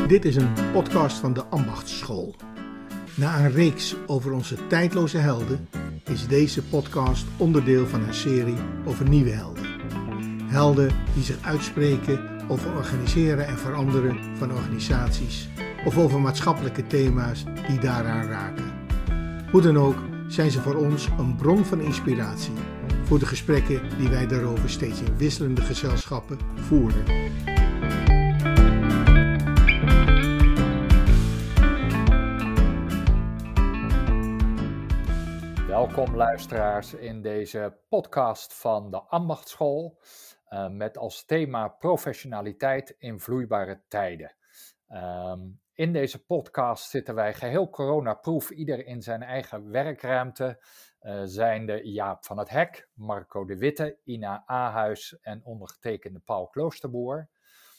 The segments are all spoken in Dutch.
Dit is een podcast van de Ambachtsschool. Na een reeks over onze tijdloze helden is deze podcast onderdeel van een serie over nieuwe helden. Helden die zich uitspreken over organiseren en veranderen van organisaties of over maatschappelijke thema's die daaraan raken. Hoe dan ook zijn ze voor ons een bron van inspiratie voor de gesprekken die wij daarover steeds in wisselende gezelschappen voeren. Welkom luisteraars in deze podcast van de Ambachtsschool met als thema professionaliteit in vloeibare tijden. In deze podcast zitten wij geheel coronaproof, ieder in zijn eigen werkruimte, zijnde Jaap van het Hek, Marco de Witte, Ina Ahuis en ondergetekende Paul Kloosterboer.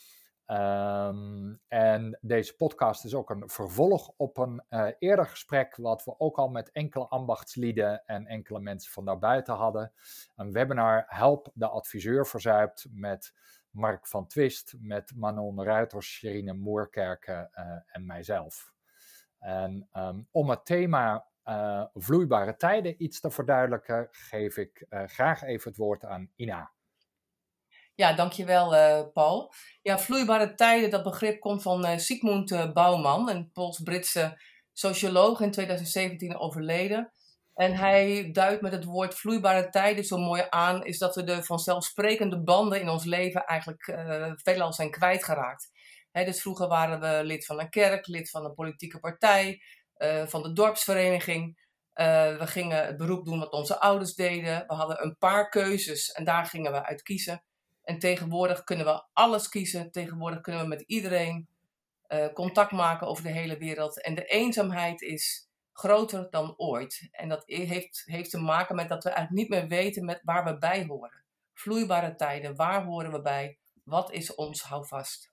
En deze podcast is ook een vervolg op een eerder gesprek wat we ook al met enkele ambachtslieden en enkele mensen van daarbuiten hadden. Een webinar Help de adviseur verzuipt met Mark van Twist, met Manon Ruiters, Sherine Moerkerke en mijzelf. En om het thema vloeibare tijden iets te verduidelijken, geef ik graag even het woord aan Ina. Ja, dankjewel Paul. Ja, vloeibare tijden, dat begrip komt van Zygmunt Bauman, een Pools-Britse socioloog, in 2017 overleden. En hij duidt met het woord vloeibare tijden zo mooi aan, is dat we de vanzelfsprekende banden in ons leven eigenlijk veelal zijn kwijtgeraakt. Dus vroeger waren we lid van een kerk, lid van een politieke partij, van de dorpsvereniging. We gingen het beroep doen wat onze ouders deden. We hadden een paar keuzes en daar gingen we uit kiezen. En tegenwoordig kunnen we alles kiezen. Tegenwoordig kunnen we met iedereen contact maken over de hele wereld. En de eenzaamheid is groter dan ooit. En dat heeft te maken met dat we eigenlijk niet meer weten waar we bij horen. Vloeibare tijden, waar horen we bij? Wat is ons houvast?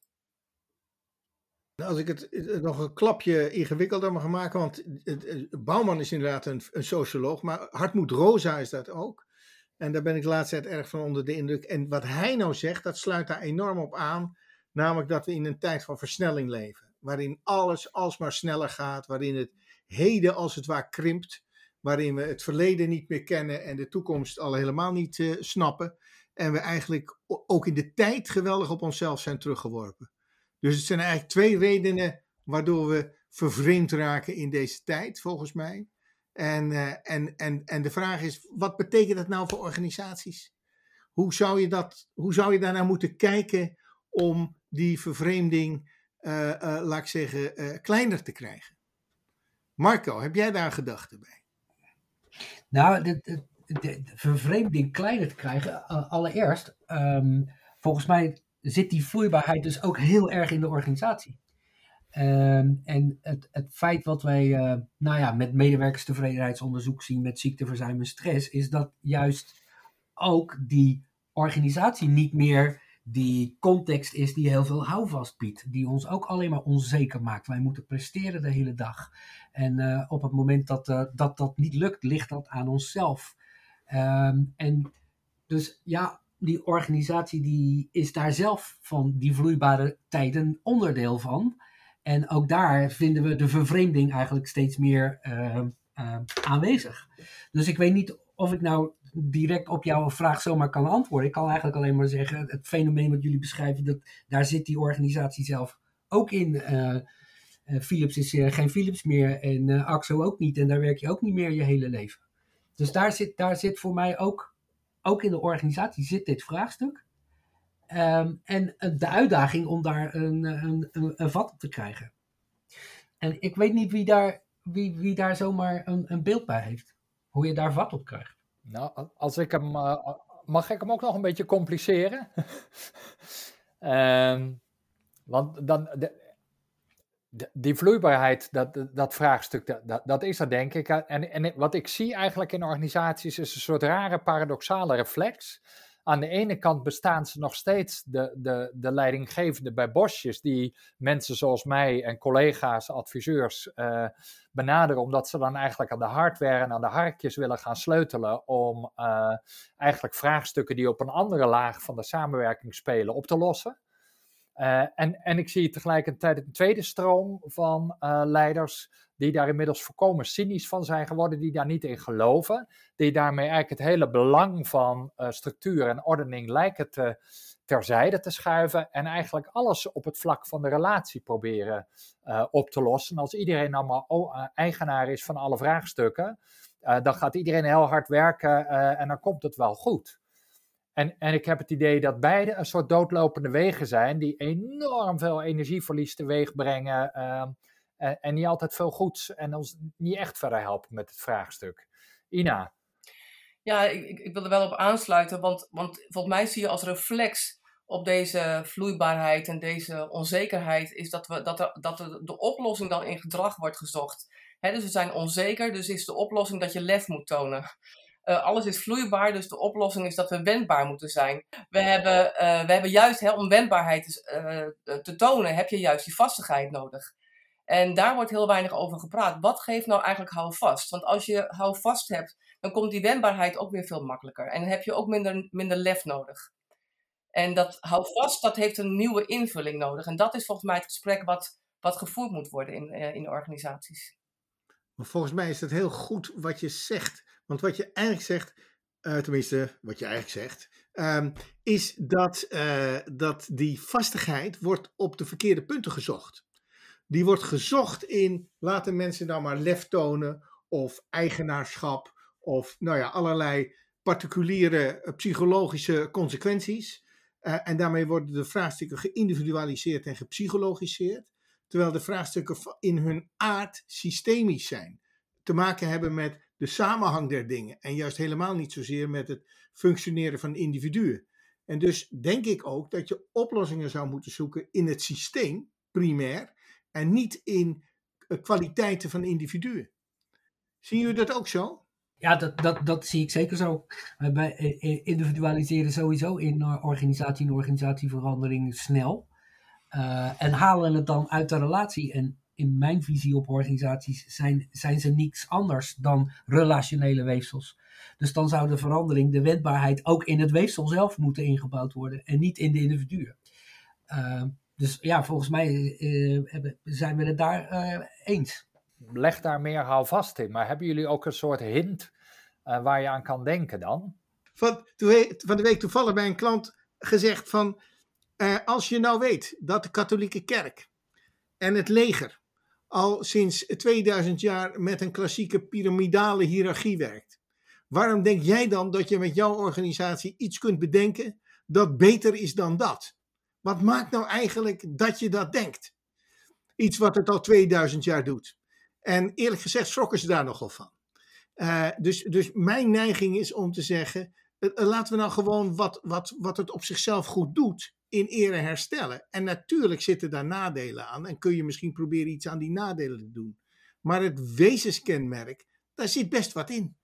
Als ik het nog een klapje ingewikkelder mag maken, want Bauman is inderdaad een socioloog, maar Hartmut Rosa is dat ook. En daar ben ik de laatste tijd erg van onder de indruk. En wat hij nou zegt, dat sluit daar enorm op aan. Namelijk dat we in een tijd van versnelling leven. Waarin alles alsmaar sneller gaat. Waarin het heden als het ware krimpt. Waarin we het verleden niet meer kennen en de toekomst al helemaal niet snappen. En we eigenlijk ook in de tijd geweldig op onszelf zijn teruggeworpen. Dus het zijn eigenlijk twee redenen waardoor we vervreemd raken in deze tijd, volgens mij. En de vraag is, wat betekent dat nou voor organisaties? Hoe zou je daarnaar moeten kijken om die vervreemding, laat ik zeggen, kleiner te krijgen? Marco, heb jij daar gedachten bij? Nou, de vervreemding kleiner te krijgen, allereerst, volgens mij zit die vloeibaarheid dus ook heel erg in de organisatie. En het feit wat wij met medewerkerstevredenheidsonderzoek zien met ziekteverzuim en stress, is dat juist ook die organisatie niet meer die context is die heel veel houvast biedt. Die ons ook alleen maar onzeker maakt. Wij moeten presteren de hele dag. En op het moment dat niet lukt, ligt dat aan onszelf. En dus ja, die organisatie die is daar zelf van die vloeibare tijden onderdeel van. En ook daar vinden we de vervreemding eigenlijk steeds meer aanwezig. Dus ik weet niet of ik nou direct op jouw vraag zomaar kan antwoorden. Ik kan eigenlijk alleen maar zeggen, het fenomeen wat jullie beschrijven, daar zit die organisatie zelf ook in. Philips is geen Philips meer en AXO ook niet. En daar werk je ook niet meer je hele leven. Dus daar zit voor mij ook in de organisatie zit dit vraagstuk. En de uitdaging om daar een vat op te krijgen. En ik weet niet wie daar zomaar een beeld bij heeft. Hoe je daar vat op krijgt. Nou, mag ik hem ook nog een beetje compliceren? Want dan die vloeibaarheid, dat vraagstuk, dat is er denk ik. En wat ik zie eigenlijk in organisaties is een soort rare paradoxale reflex. Aan de ene kant bestaan ze nog steeds de leidinggevende bij bosjes die mensen zoals mij en collega's, adviseurs benaderen, omdat ze dan eigenlijk aan de hardware en aan de harkjes willen gaan sleutelen om eigenlijk vraagstukken die op een andere laag van de samenwerking spelen op te lossen. En ik zie tegelijkertijd een tweede stroom van leiders die daar inmiddels volkomen cynisch van zijn geworden, die daar niet in geloven, die daarmee eigenlijk het hele belang van structuur en ordening lijken terzijde te schuiven en eigenlijk alles op het vlak van de relatie proberen op te lossen. En als iedereen allemaal eigenaar is van alle vraagstukken, dan gaat iedereen heel hard werken en dan komt het wel goed. En ik heb het idee dat beide een soort doodlopende wegen zijn die enorm veel energieverlies teweeg brengen en niet altijd veel goeds en ons niet echt verder helpen met het vraagstuk. Ina? Ja, ik wil er wel op aansluiten, want volgens mij zie je als reflex op deze vloeibaarheid en deze onzekerheid is dat de oplossing dan in gedrag wordt gezocht. Dus we zijn onzeker, dus is de oplossing dat je lef moet tonen. Alles is vloeibaar, dus de oplossing is dat we wendbaar moeten zijn. We hebben juist, om wendbaarheid te tonen, heb je juist die vastigheid nodig. En daar wordt heel weinig over gepraat. Wat geeft nou eigenlijk houvast? Want als je houvast hebt, dan komt die wendbaarheid ook weer veel makkelijker. En dan heb je ook minder lef nodig. En dat houvast, dat heeft een nieuwe invulling nodig. En dat is volgens mij het gesprek wat gevoerd moet worden in de organisaties. Maar volgens mij is het heel goed wat je zegt. Want wat je eigenlijk zegt, tenminste wat je eigenlijk zegt, is dat die vastigheid wordt op de verkeerde punten gezocht. Die wordt gezocht in, laten mensen nou maar lef tonen of eigenaarschap of allerlei particuliere psychologische consequenties. En daarmee worden de vraagstukken geïndividualiseerd en gepsychologiseerd. Terwijl de vraagstukken in hun aard systemisch zijn. Te maken hebben met de samenhang der dingen. En juist helemaal niet zozeer met het functioneren van individuen. En dus denk ik ook dat je oplossingen zou moeten zoeken in het systeem, primair. En niet in kwaliteiten van individuen. Zien jullie dat ook zo? Ja, dat zie ik zeker zo. Wij individualiseren sowieso in organisatieverandering snel. En halen het dan uit de relatie. En in mijn visie op organisaties zijn ze niets anders dan relationele weefsels. Dus dan zou de verandering, de wendbaarheid ook in het weefsel zelf moeten ingebouwd worden. En niet in de individuen. Dus ja, volgens mij zijn we het daar eens. Leg daar meer houvast in. Maar hebben jullie ook een soort hint waar je aan kan denken dan? Van de week toevallig bij een klant gezegd van, als je nou weet dat de katholieke kerk en het leger al sinds 2000 jaar met een klassieke piramidale hiërarchie werkt. Waarom denk jij dan dat je met jouw organisatie iets kunt bedenken dat beter is dan dat? Wat maakt nou eigenlijk dat je dat denkt? Iets wat het al 2000 jaar doet. En eerlijk gezegd schrokken ze daar nogal van. Dus mijn neiging is om te zeggen, laten we nou gewoon wat het op zichzelf goed doet in ere herstellen. En natuurlijk zitten daar nadelen aan en kun je misschien proberen iets aan die nadelen te doen. Maar het wezenskenmerk, daar zit best wat in.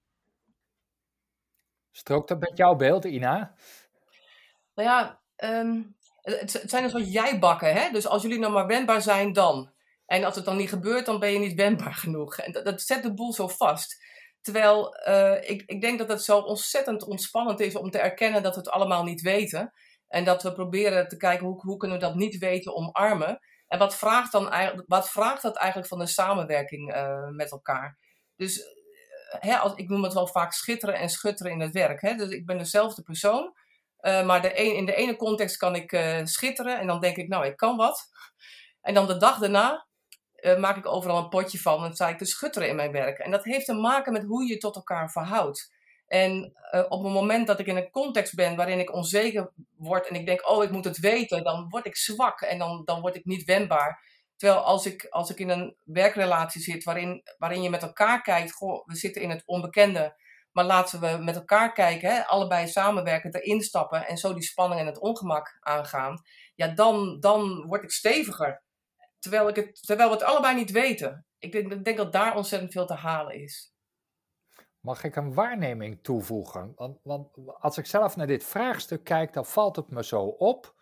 Strookt dat met jouw beeld, Ina? Nou ja, het zijn een soort jijbakken, hè? Dus als jullie nou maar wendbaar zijn, dan. En als het dan niet gebeurt, dan ben je niet wendbaar genoeg. En dat zet de boel zo vast. Terwijl ik denk dat het zo ontzettend ontspannend is om te erkennen dat we het allemaal niet weten. En dat we proberen te kijken hoe kunnen we dat niet weten omarmen. En wat vraagt dat eigenlijk van de samenwerking met elkaar? Dus ik noem het wel vaak schitteren en schutteren in het werk. Hè? Dus ik ben dezelfde persoon. Maar in de ene context kan ik schitteren en dan denk ik, nou, ik kan wat. En dan de dag daarna maak ik overal een potje van en sta ik te schutteren in mijn werk. En dat heeft te maken met hoe je je tot elkaar verhoudt. En op het moment dat ik in een context ben waarin ik onzeker word en ik denk, oh, ik moet het weten, dan word ik zwak en dan word ik niet wendbaar. Terwijl als ik in een werkrelatie zit waarin je met elkaar kijkt, goh, we zitten in het onbekende, maar laten we met elkaar kijken, hè, allebei samenwerken, erin stappen en zo die spanning en het ongemak aangaan. Ja, dan word ik steviger. Terwijl we het allebei niet weten. Ik denk dat daar ontzettend veel te halen is. Mag ik een waarneming toevoegen? Want als ik zelf naar dit vraagstuk kijk, dan valt het me zo op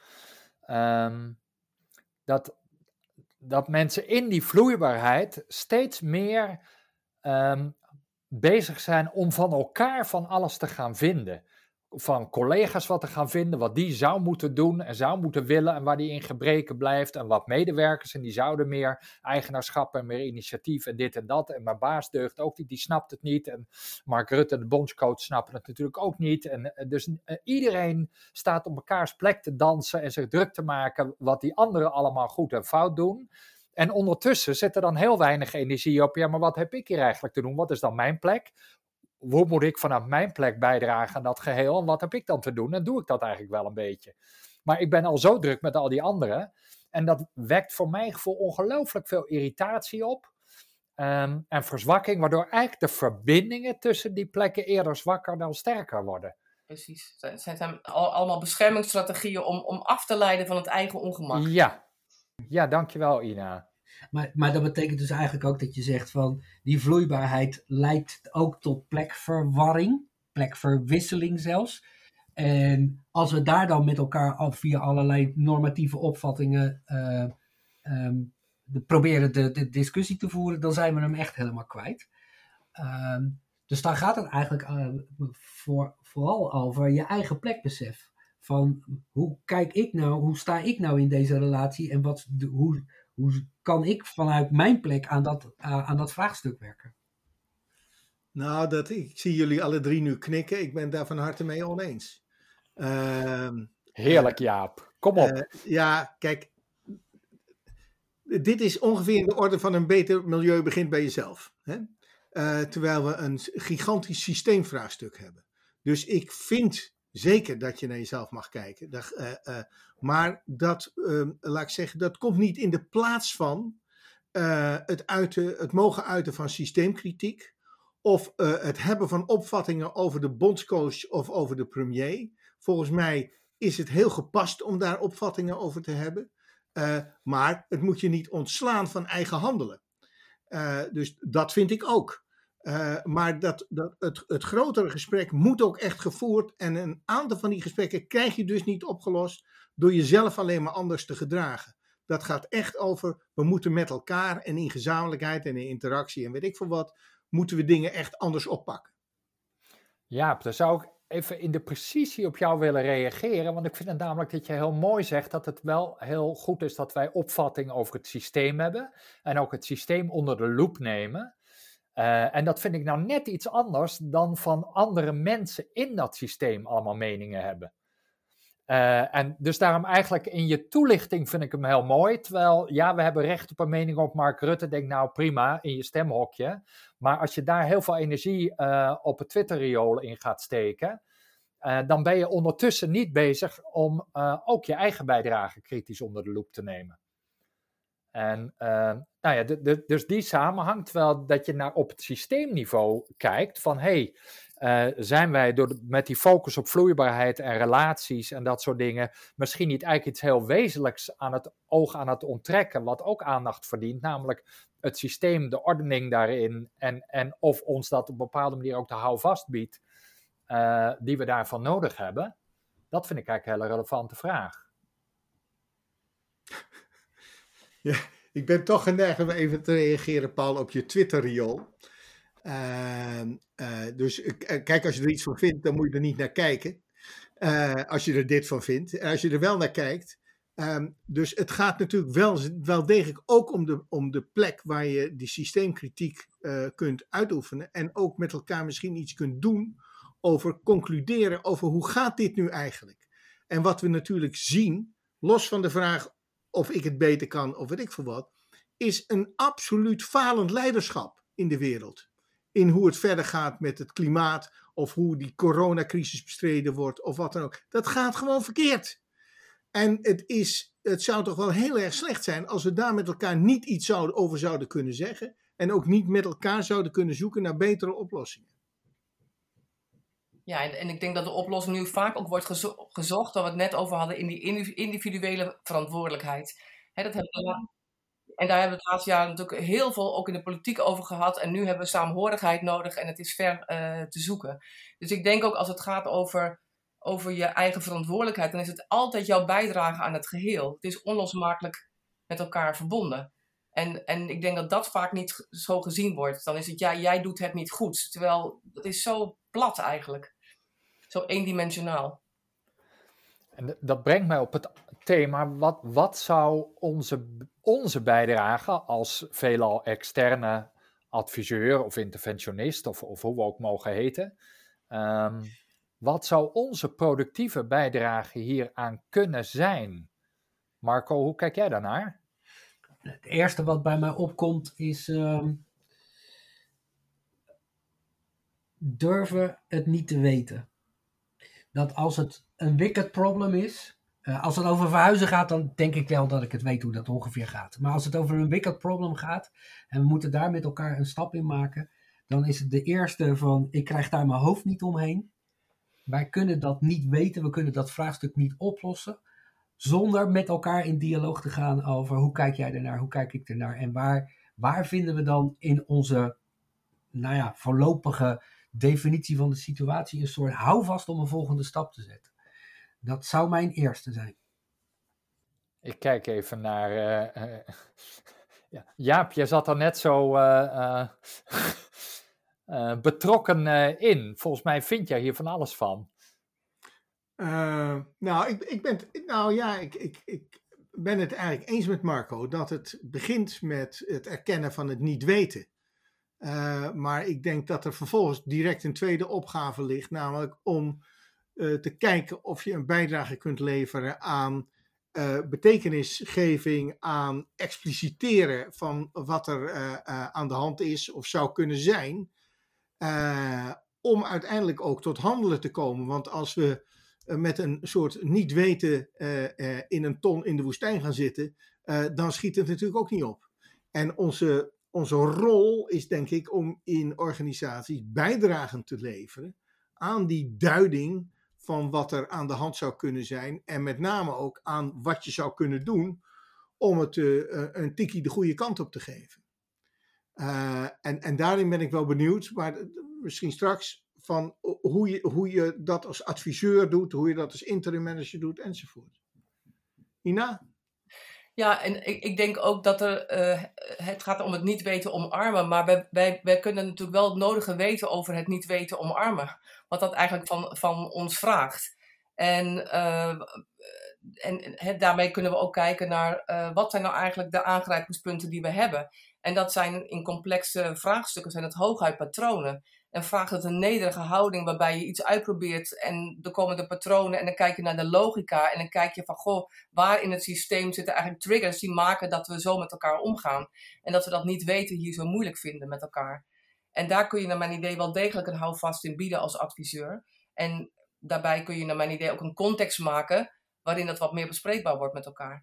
dat mensen in die vloeibaarheid steeds meer bezig zijn om van elkaar van alles te gaan vinden. van collega's wat te gaan vinden, wat die zou moeten doen en zou moeten willen en waar die in gebreken blijft en wat medewerkers en die zouden meer eigenaarschap en meer initiatief en dit en dat en mijn baas deugt ook niet, die snapt het niet en Mark Rutte, de bondscoach, snappen het natuurlijk ook niet en dus iedereen staat op mekaars plek te dansen en zich druk te maken wat die anderen allemaal goed en fout doen. En ondertussen zit er dan heel weinig energie op, ja, maar wat heb ik hier eigenlijk te doen? Wat is dan mijn plek? Hoe moet ik vanaf mijn plek bijdragen aan dat geheel? En wat heb ik dan te doen? En doe ik dat eigenlijk wel een beetje? Maar ik ben al zo druk met al die anderen. En dat wekt voor mijn gevoel ongelooflijk veel irritatie op. En verzwakking, waardoor eigenlijk de verbindingen tussen die plekken eerder zwakker dan sterker worden. Precies. Het zijn allemaal beschermingsstrategieën om af te leiden van het eigen ongemak. Ja, dankjewel Ina. Maar dat betekent dus eigenlijk ook dat je zegt van die vloeibaarheid leidt ook tot plekverwarring, plekverwisseling zelfs. En als we daar dan met elkaar al via allerlei normatieve opvattingen proberen de discussie te voeren, dan zijn we hem echt helemaal kwijt. Dus dan gaat het eigenlijk vooral over je eigen plekbesef. Van hoe kijk ik nou, hoe sta ik nou in deze relatie en hoe kan ik vanuit mijn plek aan dat vraagstuk werken? Nou, ik zie jullie alle drie nu knikken. Ik ben daar van harte mee oneens. Heerlijk Jaap, kom op. Ja, kijk. Dit is ongeveer in de orde van een beter milieu begint bij jezelf. Hè? Terwijl we een gigantisch systeemvraagstuk hebben. Dus ik vind zeker dat je naar jezelf mag kijken. Maar dat, laat ik zeggen, dat komt niet in de plaats van het mogen uiten van systeemkritiek. Of het hebben van opvattingen over de bondscoach of over de premier. Volgens mij is het heel gepast om daar opvattingen over te hebben. Maar het moet je niet ontslaan van eigen handelen. Dus dat vind ik ook. Maar het grotere gesprek moet ook echt gevoerd. En een aantal van die gesprekken krijg je dus niet opgelost door jezelf alleen maar anders te gedragen. Dat gaat echt over, we moeten met elkaar en in gezamenlijkheid en in interactie en weet ik veel wat, moeten we dingen echt anders oppakken. Ja, daar zou ik even in de precisie op jou willen reageren, want ik vind het namelijk dat je heel mooi zegt dat het wel heel goed is dat wij opvatting over het systeem hebben en ook het systeem onder de loep nemen. En dat vind ik nou net iets anders dan van andere mensen in dat systeem allemaal meningen hebben. En dus daarom eigenlijk in je toelichting vind ik hem heel mooi. Terwijl, ja, we hebben recht op een mening op Mark Rutte. Denk nou prima, in je stemhokje. Maar als je daar heel veel energie op het Twitter-riool in gaat steken, dan ben je ondertussen niet bezig om ook je eigen bijdrage kritisch onder de loep te nemen. En nou ja, dus die samenhang, terwijl dat je op het systeemniveau kijkt van zijn wij met die focus op vloeibaarheid en relaties en dat soort dingen misschien niet eigenlijk iets heel wezenlijks aan het oog aan het onttrekken, wat ook aandacht verdient, namelijk het systeem, de ordening daarin en of ons dat op een bepaalde manier ook de houvast biedt die we daarvan nodig hebben. Dat vind ik eigenlijk een hele relevante vraag. Ja, ik ben toch geneigd om even te reageren, Paul, op je Twitter-riool. Dus kijk, als je er iets van vindt, dan moet je er niet naar kijken. Als je er dit van vindt. En als je er wel naar kijkt. Dus het gaat natuurlijk wel degelijk ook om de plek waar je die systeemkritiek kunt uitoefenen. En ook met elkaar misschien iets kunt doen over concluderen over hoe gaat dit nu eigenlijk. En wat we natuurlijk zien, los van de vraag of ik het beter kan of weet ik veel wat, is een absoluut falend leiderschap in de wereld. In hoe het verder gaat met het klimaat of hoe die coronacrisis bestreden wordt of wat dan ook. Dat gaat gewoon verkeerd. En het zou toch wel heel erg slecht zijn als we daar met elkaar niet iets over zouden kunnen zeggen en ook niet met elkaar zouden kunnen zoeken naar betere oplossingen. Ja, en ik denk dat de oplossing nu vaak ook wordt gezocht, waar we het net over hadden, in die individuele verantwoordelijkheid. Dat hebben we, en daar hebben we het laatste jaar natuurlijk heel veel ook in de politiek over gehad. En nu hebben we saamhorigheid nodig en het is ver te zoeken. Dus ik denk ook als het gaat over je eigen verantwoordelijkheid, dan is het altijd jouw bijdrage aan het geheel. Het is onlosmakelijk met elkaar verbonden. En ik denk dat dat vaak niet zo gezien wordt. Dan is het, ja, jij doet het niet goed. Terwijl, dat is zo plat eigenlijk. zo eendimensionaal. En dat brengt mij op het thema, wat zou onze bijdrage als veelal externe adviseur of interventionist, of hoe we ook mogen heten, wat zou onze productieve bijdrage hieraan kunnen zijn? Marco, hoe kijk jij daarnaar? Het eerste wat bij mij opkomt is durven het niet te weten. Dat als het een wicked problem is, als het over verhuizen gaat, dan denk ik wel dat ik het weet hoe dat ongeveer gaat. Maar als het over een wicked problem gaat en we moeten daar met elkaar een stap in maken, dan is het de eerste van, ik krijg daar mijn hoofd niet omheen. Wij kunnen dat niet weten, we kunnen dat vraagstuk niet oplossen, zonder met elkaar in dialoog te gaan over hoe kijk jij ernaar, hoe kijk ik ernaar en waar vinden we dan in onze voorlopige definitie van de situatie een soort houvast om een volgende stap te zetten. Dat zou mijn eerste zijn. Ik kijk even naar... Jaap, je zat er net zo betrokken in. Volgens mij vind jij hier van alles van. Ik ben het eigenlijk eens met Marco dat het begint met het erkennen van het niet weten. Maar ik denk dat er vervolgens direct een tweede opgave ligt, namelijk om te kijken of je een bijdrage kunt leveren aan betekenisgeving, aan expliciteren van wat er aan de hand is of zou kunnen zijn, om uiteindelijk ook tot handelen te komen. Want als we met een soort niet weten in een ton in de woestijn gaan zitten, dan schiet het natuurlijk ook niet op. En onze rol is denk ik om in organisaties bijdragen te leveren aan die duiding van wat er aan de hand zou kunnen zijn en met name ook aan wat je zou kunnen doen om het een tikkie de goede kant op te geven. En daarin ben ik wel benieuwd, maar misschien straks van hoe je dat als adviseur doet, hoe je dat als interim manager doet enzovoort. Ina? Ja, en ik denk ook dat het gaat om het niet weten omarmen, maar wij kunnen natuurlijk wel het nodige weten over het niet weten omarmen. Wat dat eigenlijk van ons vraagt. En daarmee kunnen we ook kijken naar wat zijn nou eigenlijk de aangrijpingspunten die we hebben. En dat zijn in complexe vraagstukken zijn het hooguit patronen. En vraagt het een nederige houding waarbij je iets uitprobeert en er komen de patronen en dan kijk je naar de logica en dan kijk je van waar in het systeem zitten eigenlijk triggers die maken dat we zo met elkaar omgaan. En dat we dat niet weten hier zo moeilijk vinden met elkaar. En daar kun je naar mijn idee wel degelijk een houvast in bieden als adviseur. En daarbij kun je naar mijn idee ook een context maken waarin dat wat meer bespreekbaar wordt met elkaar.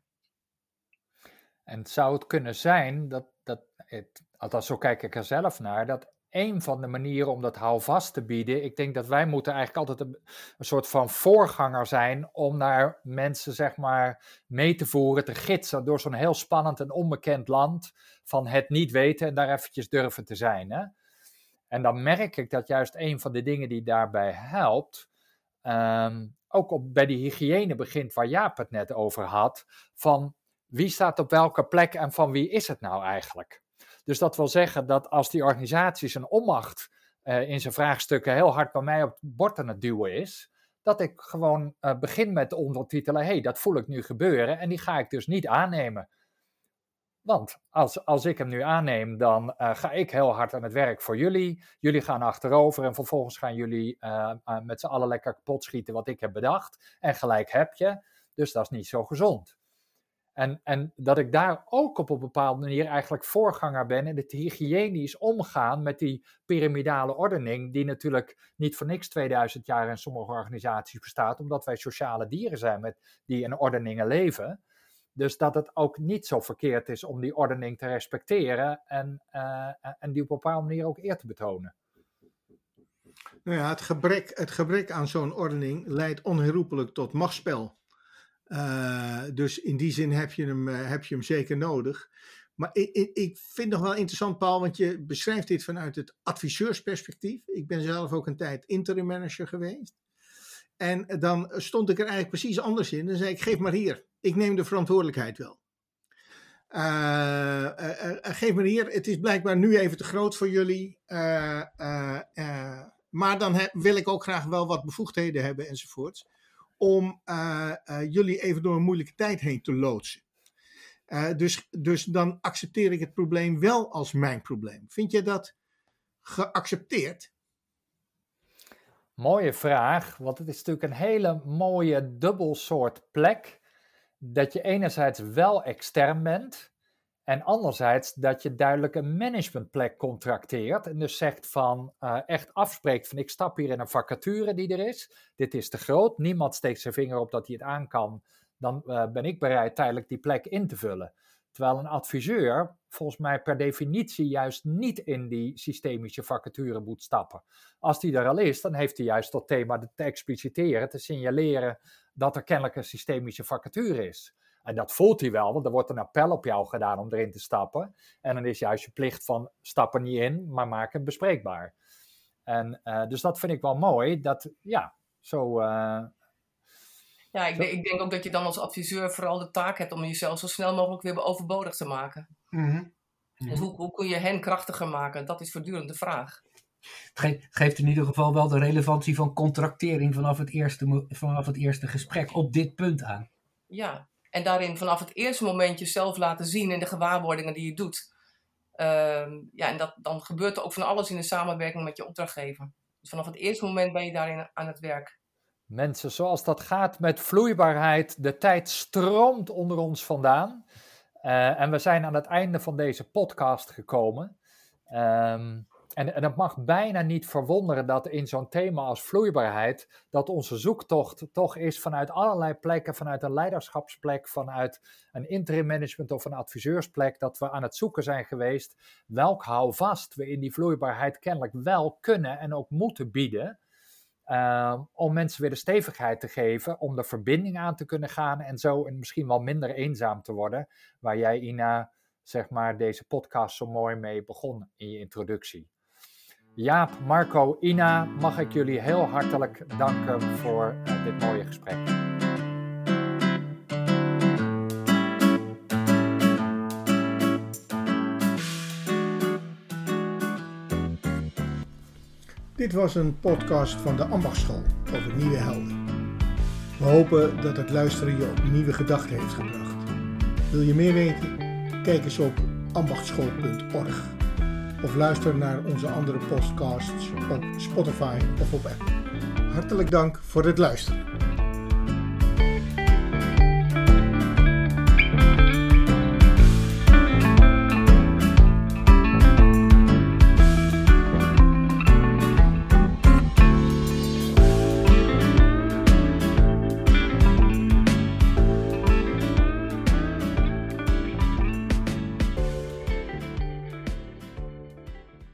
En zou het kunnen zijn althans zo kijk ik er zelf naar, dat een van de manieren om dat houvast te bieden, ik denk dat wij moeten eigenlijk altijd een soort van voorganger zijn om naar mensen zeg maar mee te voeren, te gidsen door zo'n heel spannend en onbekend land van het niet weten en daar eventjes durven te zijn. Hè? En dan merk ik dat juist een van de dingen die daarbij helpt, ook bij die hygiëne begint waar Jaap het net over had, van wie staat op welke plek en van wie is het nou eigenlijk? Dus dat wil zeggen dat als die organisatie zijn onmacht in zijn vraagstukken heel hard bij mij op het bord aan het duwen is, dat ik gewoon begin met de ondertitelen, dat voel ik nu gebeuren en die ga ik dus niet aannemen. Want als ik hem nu aanneem, dan ga ik heel hard aan het werk voor jullie. Jullie gaan achterover en vervolgens gaan jullie met z'n allen lekker kapot schieten wat ik heb bedacht. En gelijk heb je, dus dat is niet zo gezond. En dat ik daar ook op een bepaalde manier eigenlijk voorganger ben in het hygiënisch omgaan met die piramidale ordening, die natuurlijk niet voor niks 2000 jaar in sommige organisaties bestaat, omdat wij sociale dieren zijn die in ordeningen leven. Dus dat het ook niet zo verkeerd is om die ordening te respecteren en die op een bepaalde manier ook eer te betonen. Nou ja, het gebrek aan zo'n ordening leidt onherroepelijk tot machtsspel. Dus in die zin heb je hem zeker nodig. Maar ik vind het nog wel interessant, Paul, want je beschrijft dit vanuit het adviseursperspectief. Ik ben zelf ook een tijd interim manager geweest. En dan stond ik er eigenlijk precies anders in. Dan zei ik, geef maar hier. Ik neem de verantwoordelijkheid wel. Geef maar hier. Het is blijkbaar nu even te groot voor jullie. maar dan wil ik ook graag wel wat bevoegdheden hebben enzovoorts. Om jullie even door een moeilijke tijd heen te loodsen. Dus dan accepteer ik het probleem wel als mijn probleem. Vind je dat geaccepteerd? Mooie vraag, want het is natuurlijk een hele mooie dubbel soort plek. Dat je enerzijds wel extern bent en anderzijds dat je duidelijk een managementplek contracteert. En dus zegt van, echt afspreekt van ik stap hier in een vacature die er is. Dit is te groot, niemand steekt zijn vinger op dat hij het aan kan. Dan ben ik bereid tijdelijk die plek in te vullen. Terwijl een adviseur volgens mij per definitie juist niet in die systemische vacature moet stappen. Als die er al is, dan heeft hij juist tot thema te expliciteren, te signaleren dat er kennelijk een systemische vacature is. En dat voelt hij wel, want er wordt een appel op jou gedaan om erin te stappen. En dan is juist je plicht van stap er niet in, maar maak het bespreekbaar. En dus dat vind ik wel mooi, dat zo... Ja, ik denk ook dat je dan als adviseur vooral de taak hebt om jezelf zo snel mogelijk weer overbodig te maken. Mm-hmm. Dus hoe kun je hen krachtiger maken? Dat is voortdurend de vraag. Het geeft in ieder geval wel de relevantie van contractering vanaf het eerste gesprek op dit punt aan. Ja, en daarin vanaf het eerste moment jezelf laten zien in de gewaarwordingen die je doet. En dan gebeurt er ook van alles in de samenwerking met je opdrachtgever. Dus vanaf het eerste moment ben je daarin aan het werk. Mensen, zoals dat gaat met vloeibaarheid, de tijd stroomt onder ons vandaan. En we zijn aan het einde van deze podcast gekomen. En het mag bijna niet verwonderen dat in zo'n thema als vloeibaarheid, dat onze zoektocht toch is vanuit allerlei plekken, vanuit een leiderschapsplek, vanuit een interim management of een adviseursplek, dat we aan het zoeken zijn geweest welk houvast we in die vloeibaarheid kennelijk wel kunnen en ook moeten bieden. Om mensen weer de stevigheid te geven, om de verbinding aan te kunnen gaan en zo en misschien wel minder eenzaam te worden, waar jij, Ina, zeg maar, deze podcast zo mooi mee begon in je introductie. Jaap, Marco, Ina, mag ik jullie heel hartelijk danken voor dit mooie gesprek. Dit was een podcast van de Ambachtschool over nieuwe helden. We hopen dat het luisteren je op nieuwe gedachten heeft gebracht. Wil je meer weten? Kijk eens op ambachtschool.org of luister naar onze andere podcasts op Spotify of op Apple. Hartelijk dank voor het luisteren.